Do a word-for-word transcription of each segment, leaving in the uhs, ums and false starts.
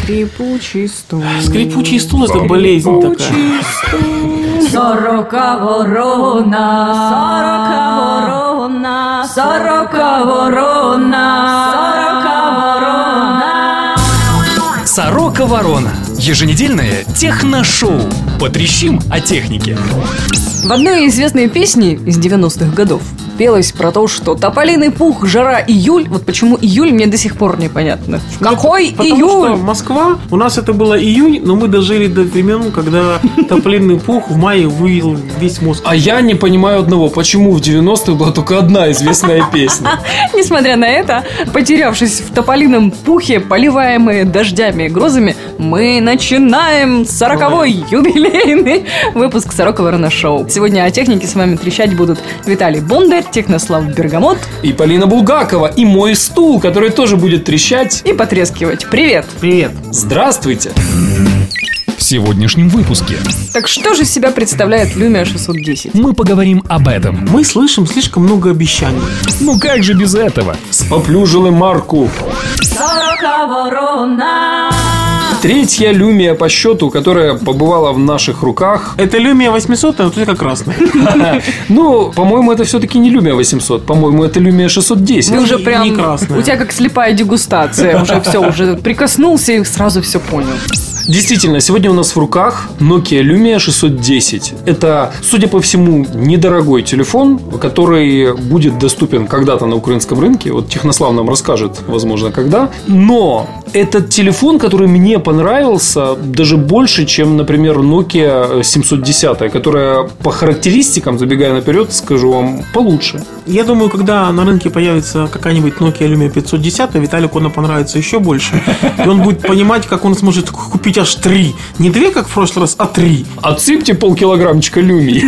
Скрипучий стул. Скрипучий стул – это болезнь такая. Сорока ворона, сорока ворона, сорока ворона, сорока ворона. Сорока ворона. Еженедельное техношоу. Потрещим о технике. В одной известной песне из девяностых годов пелось про то, что тополиный пух, жара, июль. Вот почему июль, мне до сих пор непонятно. Какой Потому июль? Потому что Москва, у нас это было июнь, но мы дожили до времен, когда тополиный пух в мае выел весь мозг. А я не понимаю одного, почему в девяностых была только одна известная песня. Несмотря на это, потерявшись в тополином пухе, поливаемые дождями и грозами, мы начинаем сороковой юбилейный выпуск «Сорока Ворона Шоу». Сегодня о технике с вами трещать будут Виталий Бондарь, Технослав Бергамот И Полина Булгакова, и мой стул, который тоже будет трещать и потрескивать. Привет! Привет! Здравствуйте! В сегодняшнем выпуске Так что же из себя представляет Lumia шестьсот десять? мы поговорим об этом. Мы слышим слишком много обещаний. Ну как же без этого? Споплюжили марку. Сорока Ворона. Третья Lumia по счету, которая побывала в наших руках. Это Lumia восемьсот, а только красная. Ну, по-моему, это все-таки не Lumia восемьсот. По-моему, это Lumia шестьсот десять. Вы уже не прям... красная. У тебя как слепая дегустация. Уже все, уже прикоснулся и сразу все понял. Действительно, сегодня у нас в руках Nokia Lumia шестьсот десять. Это, судя по всему, недорогой телефон, который будет доступен когда-то на украинском рынке. Вот Технослав нам расскажет, возможно, когда. Но этот телефон, который мне понравился даже больше, чем, например, Nokia семьсот десять, которая по характеристикам, забегая наперед, скажу вам, получше. Я думаю, когда на рынке появится какая-нибудь Nokia Lumia пятьсот десять, Виталику она понравится еще больше. И он будет понимать, как он сможет купить аж три. Не две, как в прошлый раз, а три. Отсыпьте полкилограммчика Lumia.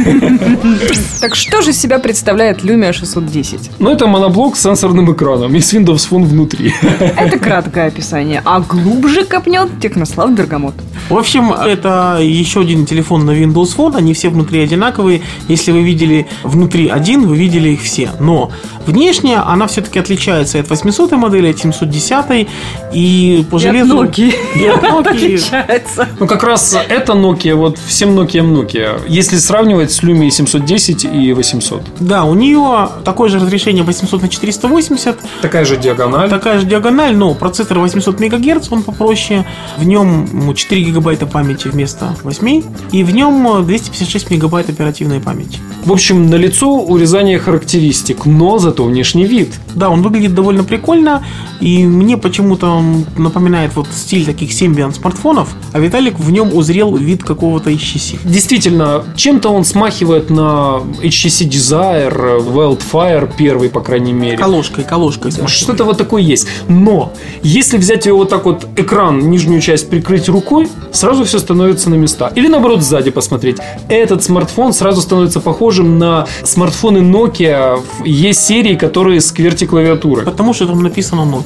Так что же из себя представляет Lumia шестьсот десять? Ну, это моноблок с сенсорным экраном и с Windows Phone внутри. Это краткое описание. А глубже копнет Технослав Бергамот. В общем, это еще один телефон на Windows Phone. Они все внутри одинаковые. Если вы видели внутри один, вы видели их все. Но внешне она все-таки отличается от восьмисотой модели, от семьсот десятой. И по железу... И от Nokia. И от Nokia. Отличается. Ну, как раз это Nokia, вот всем Nokia Nokia. Если сравнивать с Lumia семьсот десять и восемьсот. Да, у нее такое же разрешение восемьсот на четыреста восемьдесят. Такая же диагональ. Такая же диагональ, но процессор восемьсот мегагерц, он попроще. В нем четыре гигабайта памяти вместо восьми. И в нем двести пятьдесят шесть мегабайт оперативной памяти. В общем, налицо урезание характеристик, но зато внешний вид. Да, он выглядит довольно прикольно. И мне почему-то он напоминает вот стиль таких Symbian смартфонов. А Виталик в нем узрел вид какого-то эйч ти си. Действительно, чем-то он смахивает на эйч ти си Desire, Wildfire первый, по крайней мере. Колошкой, колошкой смахивает. Что-то вот такое есть. Но если взять его вот так вот, экран, нижнюю часть прикрыть рукой, сразу все становится на места. Или наоборот, сзади посмотреть. Этот смартфон сразу становится похожим на смартфоны Nokia E-серии, которые с QWERTY-клавиатурой. Потому что там написано Nokia.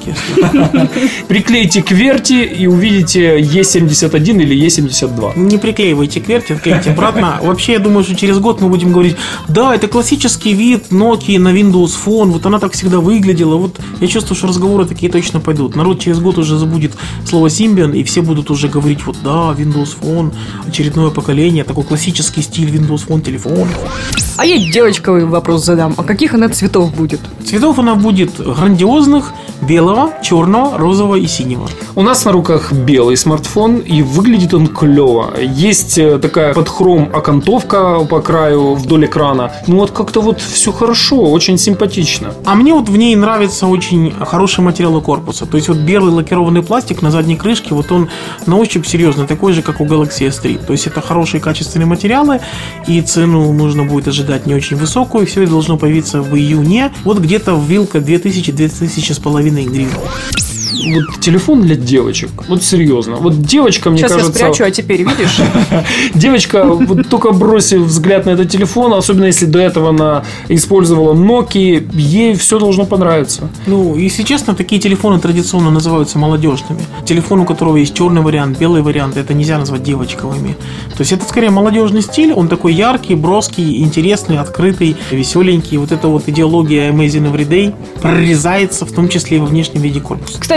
Приклейте QWERTY и увидите и семьдесят один или и семьдесят два. Не приклеивайте QWERTY, отклейте обратно. Вообще, я думаю, что через год мы будем говорить: да, это классический вид Nokia на Windows Phone. Вот она так всегда выглядела. Вот я чувствую, что разговоры такие точно пойдут. Народ через год уже забудет слово Symbian, и все будут уже говорить: вот да, Windows Phone, очередное поколение, такой классический стиль Windows Phone телефонов. А я девочковый вопрос задам. А каких она цветов будет? Цветов она будет грандиозных: белого, черного, розового и синего. У нас на руках белый смартфон, и выглядит он клево. Есть такая под хром окантовка по краю вдоль экрана. Ну вот как-то вот все хорошо, очень симпатично. А мне вот в ней нравится очень хороший материал корпуса. То есть вот белый лакированный пластик на задней крышке, вот он на ощупь серьезно такой же, как у Galaxy эс три. То есть это хорошие качественные материалы, и цену нужно будет ожидать не очень высокую. Все это должно появиться в июне. Вот где-то вилка две тысячи - две тысячи с половиной гривен. Вот телефон для девочек. Вот серьезно. Вот девочка, мне Сейчас кажется... Сейчас я спрячу, а теперь видишь? Девочка, вот только бросив взгляд на этот телефон, особенно если до этого она использовала Nokia, ей все должно понравиться. Ну, если честно, такие телефоны традиционно называются молодежными. Телефон, у которого есть черный вариант, белый вариант, это нельзя назвать девочковыми. То есть это скорее молодежный стиль, он такой яркий, броский, интересный, открытый, веселенький. Вот эта вот идеология Amazing Everyday прорезается в том числе и во внешнем виде корпуса. Кстати,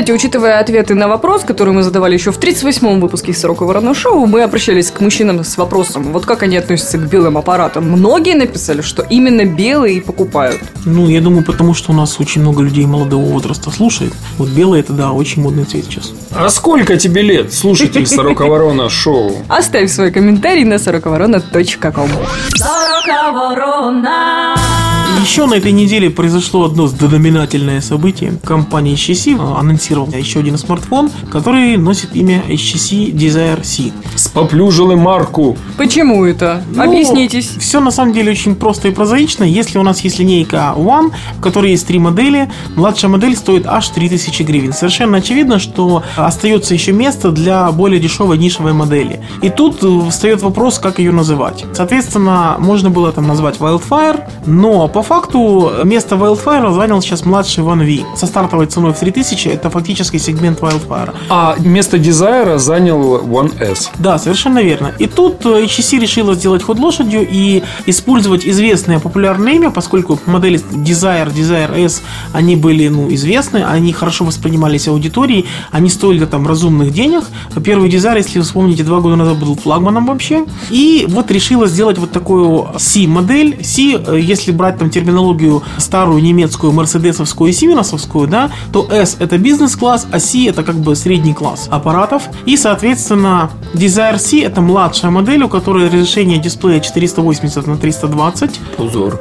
Кстати, учитывая ответы на вопрос, который мы задавали еще в тридцать восьмом выпуске «Сорока Ворона Шоу», мы обращались к мужчинам с вопросом, вот как они относятся к белым аппаратам. Многие написали, что именно белые и покупают. Ну, я думаю, потому что у нас очень много людей молодого возраста слушает. Вот белый – это, да, очень модный цвет сейчас. А сколько тебе лет, слушатель «Сорока Ворона Шоу»? Оставь свой комментарий на сорока ворона точка ком. сорока ворона. Еще на этой неделе произошло одно знаменательное событие. Компания эйч ти си анонсировала еще один смартфон, который носит имя эйч ти си Desire C. Споплюжили марку. Почему это? Ну, Объяснитесь. Все на самом деле очень просто и прозаично. Если у нас есть линейка One, в которой есть три модели, младшая модель стоит аж три тысячи гривен. Совершенно очевидно, что остается еще место для более дешевой нишевой модели. И тут встает вопрос, как ее называть. Соответственно, можно было там назвать Wildfire, но по факту место Wildfire занял сейчас младший One V. Со стартовой ценой в три тысячи это фактически сегмент Wildfire. А место Desire занял One эс. Да, совершенно верно. И тут эйч ти си решила сделать ход лошадью и использовать известное популярное имя, поскольку модели Desire, Desire S, они были, ну, известны, они хорошо воспринимались аудиторией, они стоили там разумных денег. Первый Desire, если вы вспомните, два года назад был флагманом вообще. И вот решила сделать вот такую C-модель. C, если брать там терминологию старую немецкую, мерседесовскую и сименсовскую, да, то S это бизнес-класс, а C это как бы средний класс аппаратов. И, соответственно, Desire C это младшая модель, у которой разрешение дисплея четыреста восемьдесят на триста двадцать. Позор.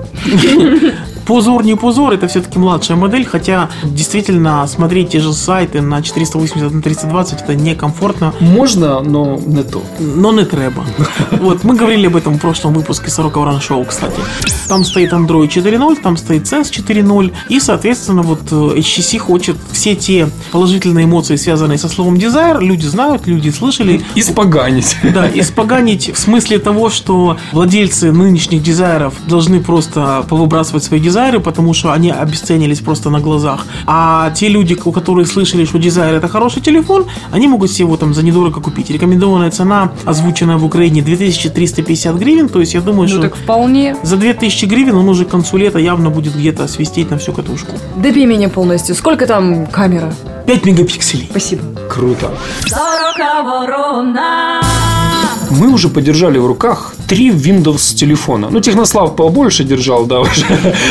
Позор, не позор, это все-таки младшая модель, хотя действительно смотреть те же сайты на четыреста восемьдесят на триста двадцать это некомфортно. Можно, но не то. Но не треба. Вот, мы говорили об этом в прошлом выпуске «Сорока Ворона Шоу», кстати. Там стоит Android четыре ноль, там стоит сенс четыре ноль, и, соответственно, вот эйч ти си хочет все те положительные эмоции, связанные со словом Desire, люди знают, люди слышали. Испоганить. Да, испоганить в смысле того, что владельцы нынешних дизайров должны просто повыбрасывать свои дизайры, потому что они обесценились просто на глазах. А те люди, у которых слышали, что Desire это хороший телефон, они могут себе его там за недорого купить. Рекомендованная цена, озвученная в Украине, две тысячи триста пятьдесят гривен, то есть я думаю, Ну что так вполне. за две тысячи гривен он уже к концу лета явно будет где-то свистеть на всю катушку. Добей меня полностью. Сколько там камера? пять мегапикселей. Спасибо. Круто. сорока ворона. Мы уже подержали в руках три Windows телефона. Ну, Технослав побольше держал, да, уже.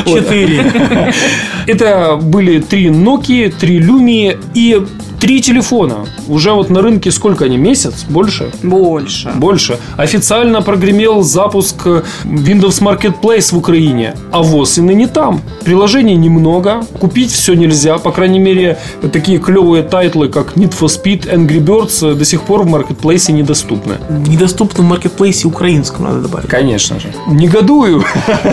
Четыре. Это были три Nokia, три Lumia и три телефона. Уже вот на рынке сколько они? Месяц? Больше? Больше. Больше. Официально прогремел запуск Windows Marketplace в Украине. А ВОЗ и ныне там. Приложений немного. Купить все нельзя. По крайней мере, такие клевые тайтлы, как Need for Speed, Angry Birds, до сих пор в Marketplace недоступны. Недоступны в маркетплейсе украинском, надо добавить. Конечно же. Негодую.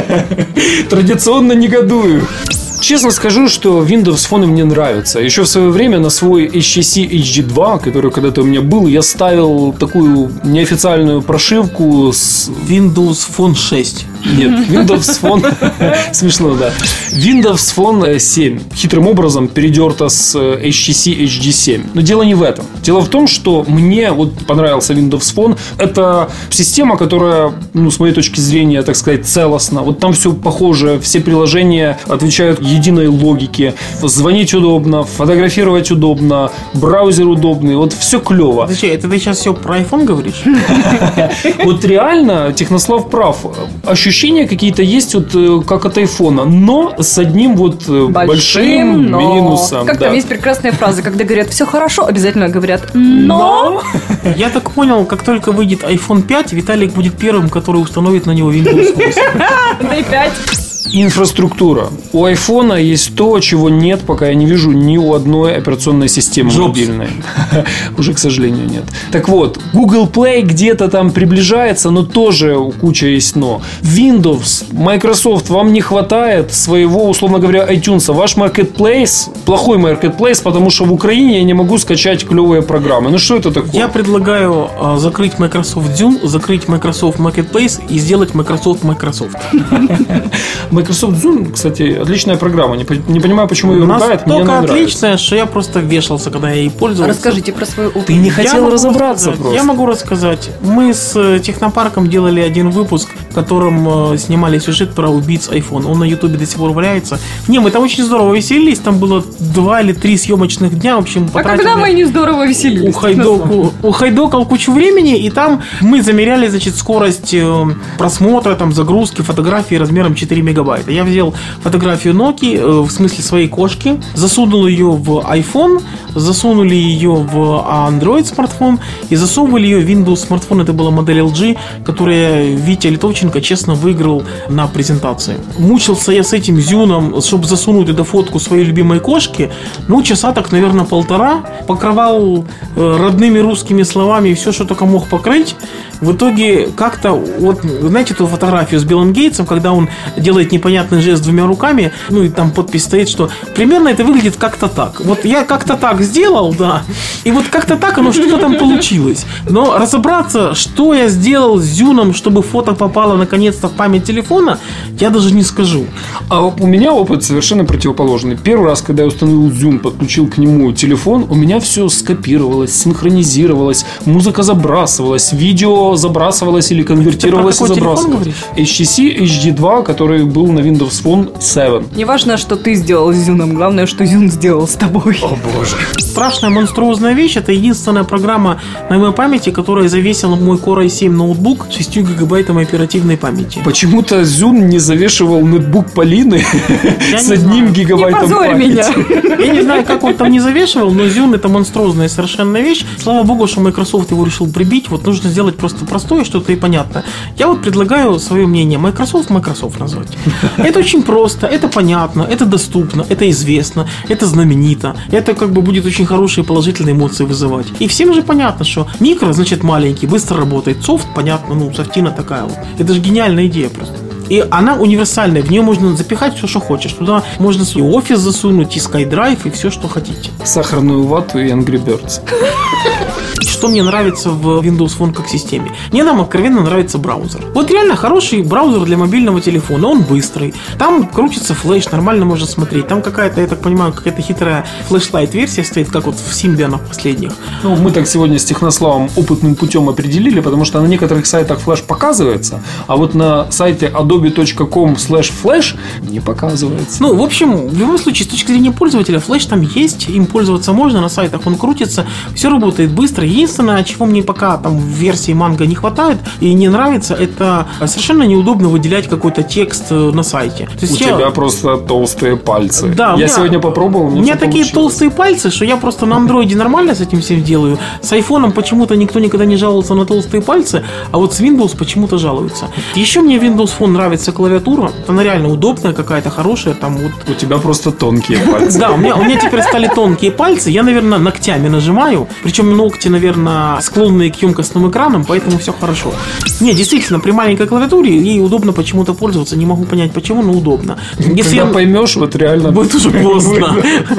Традиционно негодую. Честно скажу, что Windows фоны мне нравятся. Еще в свое время на свой эйч ти си эйч ди два, который когда-то у меня был, я ставил такую неофициальную прошивку с... Windows Phone шесть. Нет, Windows Phone... Смешно, да. Windows Phone семь. Хитрым образом передерта с эйч ти си эйч ди семь. Но дело не в этом. Дело в том, что мне вот понравился Windows Phone. Это система, которая, ну, с моей точки зрения, так сказать, целостна. Вот там все похоже. Все приложения отвечают единой логике. Звонить удобно, фотографировать удобно, браузер удобный. Вот все клево. Подожди, это ты сейчас все про iPhone говоришь? Вот реально Технослав прав. Ощущения какие-то есть вот как от айфона, но с одним вот большим, большим но. минусом. Как да. там есть прекрасная фраза, когда говорят все хорошо, обязательно говорят но. Я так понял, как только выйдет айфон пять, Виталик будет первым, который установит на него Windows восемь. Да и пять. Инфраструктура. У айфона есть то, чего нет, пока я не вижу ни у одной операционной системы Jobs. мобильной. Уже, к сожалению, нет. Так вот, Google Play где-то там приближается, но тоже куча есть но. Windows, Microsoft, вам не хватает своего, условно говоря, iTunes. Ваш Marketplace, плохой Marketplace, потому что в Украине я не могу скачать клевые программы. Ну что это такое? Я предлагаю э, закрыть Microsoft Zoom, закрыть Microsoft Marketplace и сделать Microsoft Microsoft. Microsoft Zune, кстати, отличная программа. Не, не понимаю, почему ее ругают. Мне настолько она нравится. отличная, что я просто вешался, когда я ей пользовался. Расскажите про свой опыт. Ты не Я хотел могу разобраться рассказать. просто. Я могу рассказать. Мы с Технопарком делали один выпуск, в котором э, снимали сюжет про убийц iPhone. Он на Ютубе до сих пор валяется. Не, мы там очень здорово веселились. Там было два или три съемочных дня. В общем, А когда мы не здорово веселились? Ухайдокал, ухайдокал кучу времени, и там мы замеряли, значит, скорость э, просмотра, там, загрузки фотографии размером четыре мегабайта. Я взял фотографию Nokia, э, в смысле своей кошки, засунул ее в iPhone, засунули ее в Android смартфон и засовывали ее в Windows смартфон. Это была модель эл джи, которую Витя Литовченко честно выиграл на презентации. Мучился я с этим зюном, чтобы засунуть эту фотку своей любимой кошки. Ну, часа так, наверное, полтора. Покрывал э, родными русскими словами все, что только мог покрыть. В итоге как-то, вот, знаете, эту фотографию с Биллом Гейтсом, когда он делает непонятный жест двумя руками, ну и там подпись стоит, что примерно это выглядит как-то так. Вот я как-то так сделал, да, и вот как-то так оно что-то там получилось. Но разобраться, что я сделал с зюном, чтобы фото попало наконец-то в память телефона, я даже не скажу. А у меня опыт совершенно противоположный. Первый раз, когда я установил Zoom, подключил к нему телефон, у меня все скопировалось, синхронизировалось, музыка забрасывалась, видео забрасывалось или конвертировалось и забрасывалось. эйч ти си эйч ди два, который был на Windows Phone семь. Не важно, что ты сделал с Зюном, главное, что Зюн сделал с тобой. О боже. Страшная монструозная вещь. Это единственная программа на моей памяти, которая завесила мой Core ай семь ноутбук с шестью гигабайтами оперативной памяти. Почему-то Зюн не завешивал ноутбук Полины с одним гигабайтом Не позорь памяти. меня. Я не знаю, как он там не завешивал, но Zune — это монструозная совершенно вещь. Слава богу, что Microsoft его решил прибить. Вот нужно сделать просто простое, что-то и понятно. Я вот предлагаю свое мнение. Microsoft Microsoft назвать. Это очень просто, это понятно, это доступно, это известно, это знаменито. Это как бы будет очень хорошие положительные эмоции вызывать. И всем же понятно, что микро значит маленький, быстро работает. Софт, понятно, ну, софтина такая вот. Это же гениальная идея просто. И она универсальная, в нее можно запихать все, что хочешь. Туда можно и офис засунуть, и SkyDrive, и все, что хотите. Сахарную вату и Angry Birds. Что мне нравится в Windows Phone как системе? Мне нам откровенно нравится браузер. Вот реально хороший браузер для мобильного телефона. Он быстрый. Там крутится флеш, нормально можно смотреть. Там какая-то, я так понимаю, какая-то хитрая флешлайт-версия стоит, как вот в Симбианах последних. Ну, мы так сегодня с Технославом опытным путем определили, потому что на некоторых сайтах флеш показывается, а вот на сайте adobe точка com слэш flash не показывается. Ну, в общем, в любом случае, с точки зрения пользователя, флеш там есть, им пользоваться можно, на сайтах он крутится, все работает быстро. Единственное, чего мне пока там в версии Mango не хватает и не нравится, это совершенно неудобно выделять какой-то текст на сайте. То есть у я... тебя просто толстые пальцы. Да, я меня... сегодня попробовал, у меня такие получилось. Толстые пальцы, что я просто на андроиде нормально с этим всем делаю. С айфоном почему-то никто никогда не жаловался на толстые пальцы, а вот с Windows почему-то жалуются. Еще мне Windows Phone нравится клавиатура, она реально удобная какая-то, хорошая. Там вот... У тебя просто тонкие пальцы. Да, у меня, у меня теперь стали тонкие пальцы, я, наверное, ногтями нажимаю, причем ногти, наверное, склонные к емкостным экранам, поэтому все хорошо. Не, действительно, при маленькой клавиатуре ей удобно почему-то пользоваться, не могу понять почему, но удобно. Если когда я... поймешь, вот реально... Будет уже поздно.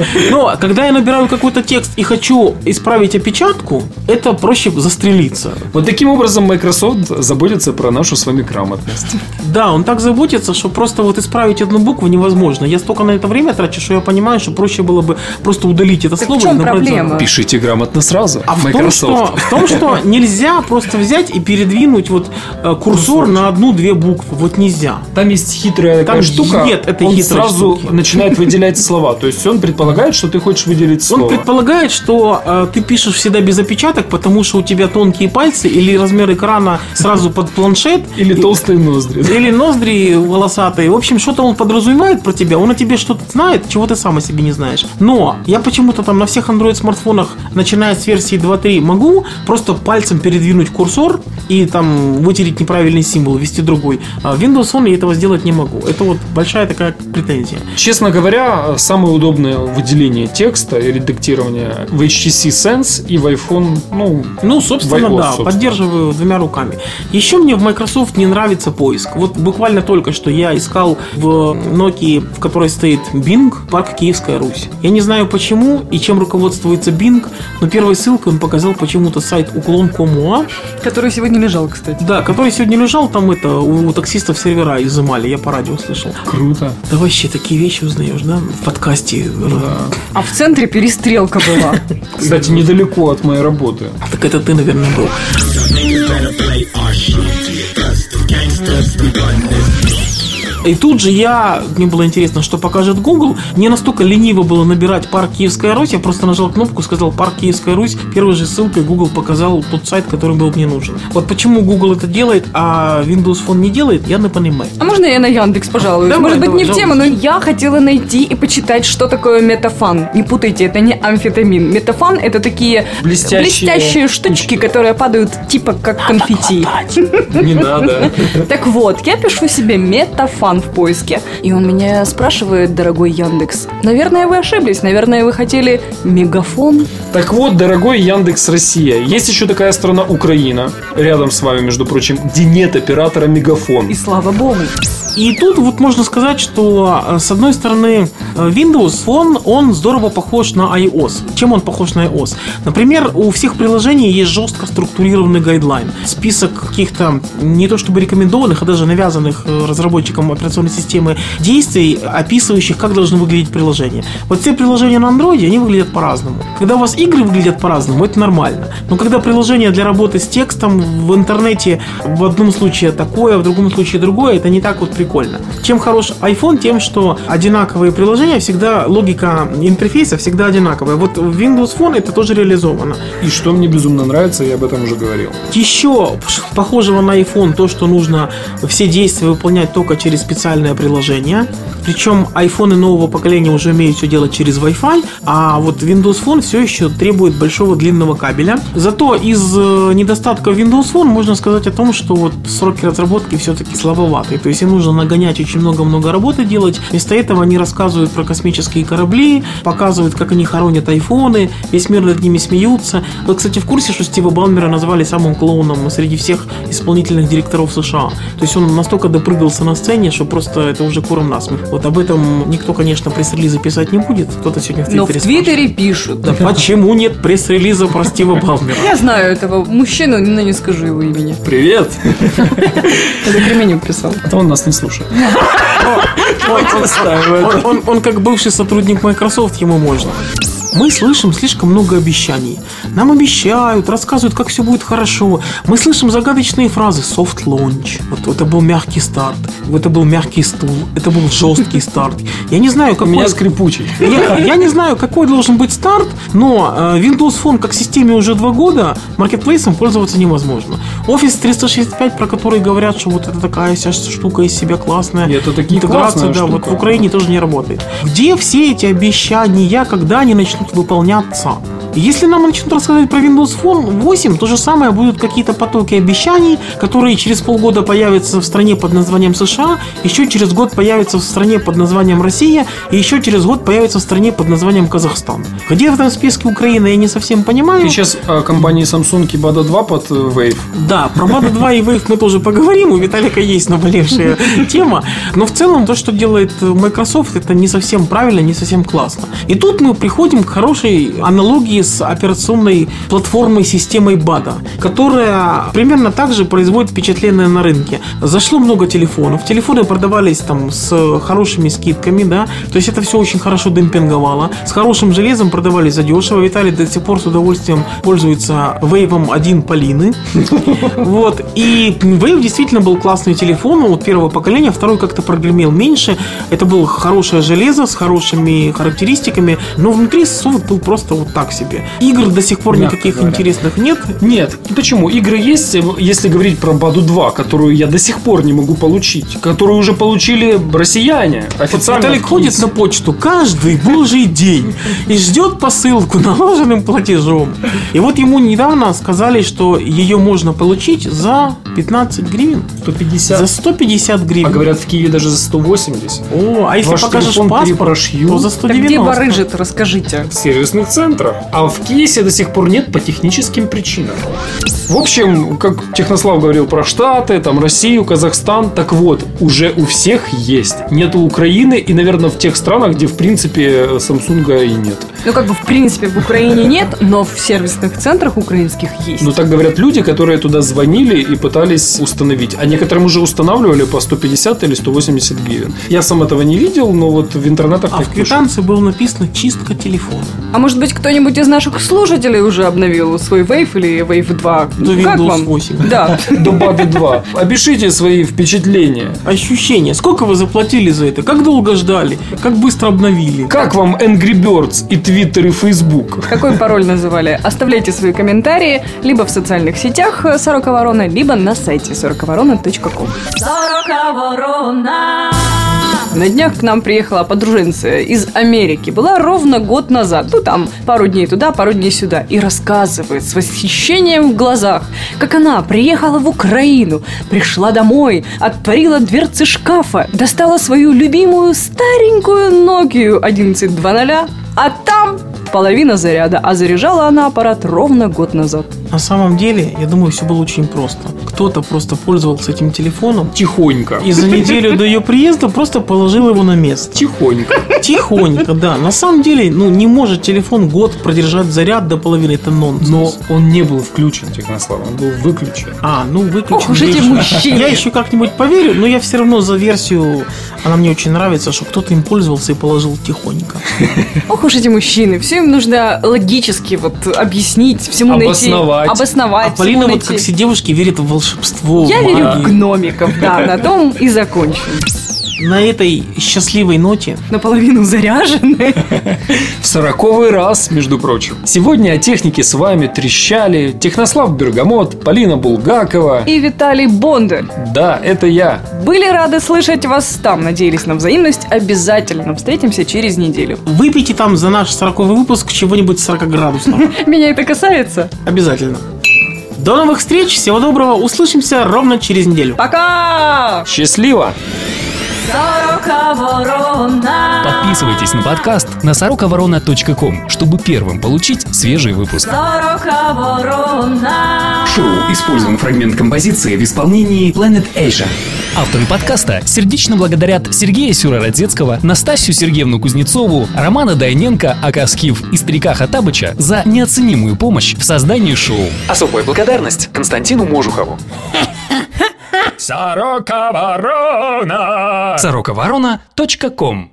Но когда я набираю какой-то текст и хочу исправить опечатку, это проще застрелиться. Вот таким образом Microsoft заботится про нашу с вами грамотность. Да, он так заботится, что просто вот исправить одну букву невозможно. Я столько на это время трачу, что я понимаю, что проще было бы просто удалить это так слово. В чем проблема? Пишите грамотно сразу. А в том, что, в том, что нельзя просто взять и передвинуть вот э, курсор на одну-две буквы. Вот нельзя. Там есть хитрая такая Там штука. Нет этой он хитрой сразу штуки. начинает выделять слова. То есть он предполагает, что ты хочешь выделить слово. Он предполагает, что э, ты пишешь всегда без опечаток, потому что у тебя тонкие пальцы или размер экрана сразу под планшет. Или толстые ноздри. Или ноздри волосатые. В общем, что-то он подразумевает про тебя. Он о тебе что-то знает, чего ты сам о себе не знаешь. Но я почему-то там на всех Android-смартфонах, начиная с версии два точка три, могу просто пальцем передвинуть курсор и там вытереть неправильный символ, ввести другой. А в Windows Phone я этого сделать не могу. Это вот большая такая претензия. Честно говоря, самое удобное выделение текста и редактирование в эйч ти си Sense и в iPhone, ну, ну собственно, в iOS, да, собственно. Поддерживаю двумя руками. Еще мне в Microsoft не нравится поиск. Вот буквально только что я искал в Nokia, в которой стоит Bing, парк Киевская Русь. Я не знаю почему и чем руководствуется Bing, но первой ссылкой он показал почему-то сайт уклон точка ком. Который сегодня лежал, кстати. Да, который сегодня лежал, там это у, у таксистов сервера изымали, я по радио слышал. Круто. Да вообще такие вещи узнаешь, да, в подкасте. Да. А в центре перестрелка была. Кстати, недалеко от моей работы. Так это ты, наверное, был. И тут же я, мне было интересно, что покажет Google. Мне настолько лениво было набирать парк Киевская Русь, я просто нажал кнопку, сказал парк Киевская Русь. Первой же ссылкой Google показал тот сайт, который был мне нужен. Вот почему Google это делает, а Windows Phone не делает, я не понимаю. А можно я на Яндекс пожалуюсь? Давай, Может быть, давай, не в тему, но я хотела найти и почитать, что такое метафан. Не путайте, это не амфетамин. Метафан – это такие Блестящие блестящие штучки, которые падают типа как конфетти. Не надо. Так вот, я пишу себе метафан в поиске. И он меня спрашивает, дорогой Яндекс, наверное, вы ошиблись, наверное, вы хотели мегафон? Так вот, дорогой Яндекс Россия, есть еще такая страна Украина, рядом с вами, между прочим, где нет оператора Мегафон. И слава богу. И тут вот можно сказать, что с одной стороны Windows Phone, он здорово похож на iOS. Чем он похож на iOS? Например, у всех приложений есть жестко структурированный гайдлайн. Список каких-то не то чтобы рекомендованных, а даже навязанных разработчикам операционной системы действий, описывающих, как должны выглядеть приложения. Вот все приложения на Android, они выглядят по-разному. Когда у вас игры выглядят по-разному, это нормально. Но когда приложение для работы с текстом в интернете в одном случае такое, а в другом случае другое, это не так вот прикольно. Чем хорош iPhone? Тем, что одинаковые приложения всегда, логика интерфейса всегда одинаковая. Вот в Windows Phone это тоже реализовано. И что мне безумно нравится, я об этом уже говорил. Еще похожего на iPhone то, что нужно все действия выполнять только через специальное приложение. Причем айфоны нового поколения уже умеют все делать через Wi-Fi, а вот Windows Phone все еще требует большого длинного кабеля. Зато из недостатков Windows Phone можно сказать о том, что вот сроки разработки все-таки слабоватые. То есть им нужно нагонять очень много-много работы делать. Вместо этого они рассказывают про космические корабли, показывают, как они хоронят айфоны, весь мир над ними смеются. Вы, кстати, в курсе, что Стива Балмера назвали самым клоуном среди всех исполнительных директоров США? То есть он настолько допрыгался на сцене, что просто это уже куром насмех. Вот об этом никто, конечно, пресс-релизы писать не будет. Кто-то сегодня в Твиттере Но в Твиттере пишут. Да почему нет пресс-релиза про Стива Балмера? Я знаю этого мужчину, но не скажу его имени. Привет! Это Кременюк писал. Это он нас не слушает. Он, он, он как бывший сотрудник Microsoft, ему можно. Мы слышим слишком много обещаний. Нам обещают, рассказывают, как все будет хорошо. Мы слышим загадочные фразы soft launch. Вот это был мягкий старт. Это был мягкий стул. Это был жесткий старт. Я не знаю, какой... У меня скрипучий. Я, я не знаю, какой должен быть старт, но Windows Phone как системе уже два года, маркетплейсом пользоваться невозможно. Office триста шестьдесят пять, про который говорят, что вот это такая вся штука из себя классная. И это такие интеграция, да, штука. вот в Украине тоже не работает. Где все эти обещания, когда они начнут выполняться? Если нам начнут рассказывать про Windows Phone восемь, то же самое будут какие-то потоки обещаний, которые через полгода появятся в стране под названием США, еще через год появятся в стране под названием Россия, и еще через год появятся в стране под названием Казахстан. Где в этом списке Украина, я не совсем понимаю. Ты сейчас о компании Samsung и Bada два под Wave. Да, про Bada два и Wave мы тоже поговорим, у Виталика есть наболевшая тема, но в целом то, что делает Microsoft, это не совсем правильно, не совсем классно. И тут мы приходим к хорошей аналогии с операционной платформой системой Bada, которая примерно так же производит впечатление на рынке. Зашло много телефонов, телефоны продавались там с хорошими скидками, да, то есть это все очень хорошо демпинговало, с хорошим железом продавались задешево. Виталий до сих пор с удовольствием пользуется Wave один Полины. Вот, и Wave действительно был классный телефон, вот первого поколения, второй как-то прогремел меньше, это было хорошее железо с хорошими характеристиками, но внутри софт был просто вот так себе. Игр до сих пор Мягко никаких говоря. интересных нет. Нет, и почему? Игры есть, если говорить про Баду два, которую я до сих пор не могу получить, которую уже получили россияне официально. Виталик ходит на почту каждый божий день и ждет посылку наложенным платежом. И вот ему недавно сказали, что ее можно получить за пятнадцать гривен. сто пятьдесят. За сто пятьдесят гривен. А говорят, в Киеве даже за сто восемьдесят. О, а если Ваш покажешь телефон паспорт, перепрошью. то за сто Так где девяносто. барыжит, расскажите. В сервисных центрах. А А в кейсе до сих пор нет по техническим причинам. В общем, как Технослав говорил про Штаты, там Россию, Казахстан, так вот, уже у всех есть. Нет у Украины и, наверное, в тех странах, где, в принципе, Samsung и нет. Ну, как бы, в принципе, в Украине нет, но в сервисных центрах украинских есть. Ну, так говорят люди, которые туда звонили и пытались установить. А некоторым уже устанавливали по сто пятьдесят или сто восемьдесят гривен. Я сам этого не видел, но вот в интернетах А так в квитанции было написано «чистка телефона». А может быть, кто-нибудь из наших слушателей уже обновил свой Wave или Wave два? До Как Windows вам? восемь. Да. До Бады два. Опишите свои впечатления. Ощущения. Сколько вы заплатили за это? Как долго ждали? Как быстро обновили? Как вам Angry Birds и Twitter и Facebook? Какой пароль называли? Оставляйте свои комментарии либо в социальных сетях Сорока Ворона, либо на сайте сорока ворона точка ком. Сорока Ворона. На днях к нам приехала подруженция из Америки. Была ровно год назад. Ну, там, пару дней туда, пару дней сюда. И рассказывает с восхищением в глазах, как она приехала в Украину, пришла домой, отворила дверцы шкафа, достала свою любимую старенькую Nokia одиннадцать два ноль, а там половина заряда, а заряжала она аппарат ровно год назад. На самом деле, я думаю, все было очень просто. Кто-то просто пользовался этим телефоном Тихонько. и за неделю до ее приезда просто положил его на место. Тихонько. Тихонько, да. На самом деле, ну, не может телефон год продержать заряд до половины. Это нонсенс. Но он не был включен, Технослав, он был выключен. А, ну выключен. Ох уж эти лишь. мужчины. Я еще как-нибудь поверю, но я все равно за версию, она мне очень нравится, что кто-то им пользовался и положил тихонько. Ох уж эти мужчины. Все им нужно логически вот объяснить, всему Обосновать. найти. Обосновать. А Полина всему вот найти. как все девушки верит в волшебство. Я в верю в магию. гномиков, да, на том и закончим. На этой счастливой ноте Наполовину заряжены. В сороковый раз, между прочим. Сегодня о технике с вами трещали Технослав Бергамот, Полина Булгакова. И Виталий Бондарь. Да, это я. Были рады слышать вас там. Надеялись на взаимность. Обязательно встретимся через неделю. выпейте там за наш сороковой выпуск чего-нибудь сорок градусного. Меня это касается. Обязательно. До новых встреч, всего доброго, услышимся ровно через неделю. Пока! Счастливо! Сорока Ворона. Подписывайтесь на подкаст на сорока ворона точка ком, чтобы первым получить свежий выпуск. Сорока Ворона. Шоу используем фрагмент композиции в исполнении Planet Asia. Авторы подкаста сердечно благодарят Сергея Сюрородецкого, Настасью Сергеевну Кузнецову, Романа Дайненко, ака Скиф и старика Хатабыча за неоценимую помощь в создании шоу. Особая благодарность Константину Можухову. Сорока Ворона. сорока ворона точка ком